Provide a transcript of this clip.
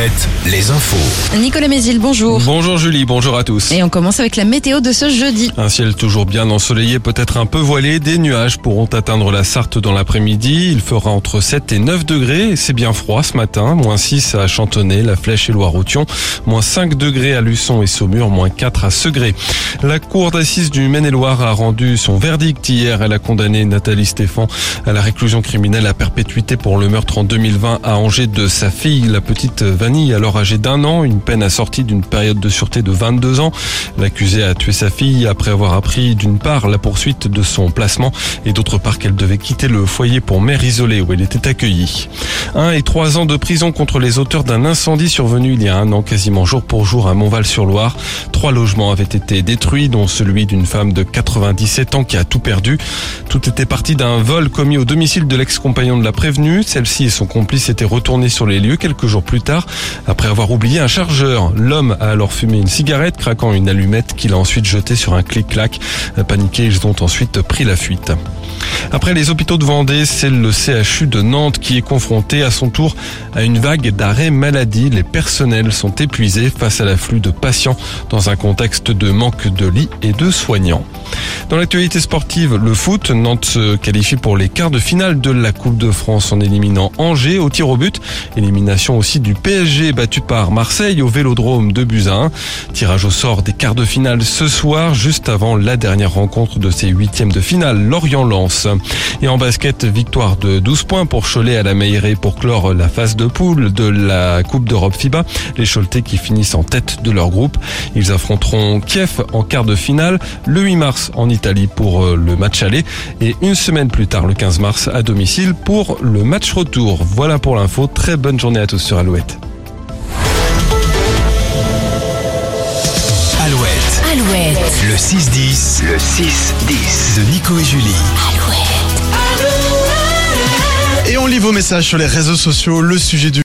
Alouette, les infos. Nicolas Mézil, bonjour. Bonjour Julie, bonjour à tous. Et on commence avec la météo de ce jeudi. Un ciel toujours bien ensoleillé, peut-être un peu voilé. Des nuages pourront atteindre la Sarthe dans l'après-midi. Il fera entre 7 et 9 degrés et c'est bien froid ce matin. -6 à Chantonnay, La Flèche et Loire-Othion. -5 degrés à Luçon et Saumur. -4 à Segré. La cour d'assises du Maine-et-Loire a rendu son verdict hier. Elle a condamné Nathalie Stéphan à la réclusion criminelle à perpétuité pour le meurtre en 2020 à Angers de sa fille, la petite Vanille, alors âgée d'1 an, une peine assortie d'une période de sûreté de 22 ans. L'accusée a tué sa fille après avoir appris d'une part la poursuite de son placement et d'autre part qu'elle devait quitter le foyer pour mère isolée où elle était accueillie. 1 et 3 ans de prison contre les auteurs d'un incendie survenu il y a 1 an, quasiment jour pour jour à Montval-sur-Loire. 3 logements avaient été détruits, dont celui d'une femme de 97 ans qui a tout perdu. Tout était parti d'un vol commis au domicile de l'ex-compagnon de la prévenue. Celle-ci et son complice étaient retournés sur les lieux quelques jours plus tard après avoir oublié un chargeur. L'homme a alors fumé une cigarette, craquant une allumette qu'il a ensuite jetée sur un clic-clac. Paniqués, ils ont ensuite pris la fuite. Après les hôpitaux de Vendée, c'est le CHU de Nantes qui est confronté à son tour à une vague d'arrêts maladie. Les personnels sont épuisés face à l'afflux de patients dans un contexte de manque de lits et de soignants. Dans l'actualité sportive, le foot, Nantes se qualifie pour les quarts de finale de la Coupe de France en éliminant Angers au tir au but. Élimination aussi du PSG battu par Marseille au Vélodrome 2-1. Tirage au sort des quarts de finale ce soir, juste avant la dernière rencontre de ces 8e de finale, Lorient-Lens. Et en basket, victoire de 12 points pour Cholet à la Meilleray pour clore la phase de poule de la Coupe d'Europe FIBA. Les Choletais qui finissent en tête de leur groupe. Ils affronteront Kiev en quart de finale le 8 mars en Italie pour le match aller et une semaine plus tard, le 15 mars, à domicile pour le match retour. Voilà pour l'info. Très bonne journée à tous sur Alouette. Alouette. Le 6-10. Le 6-10 de Nico et Julie. Et on lit vos messages sur les réseaux sociaux. Le sujet du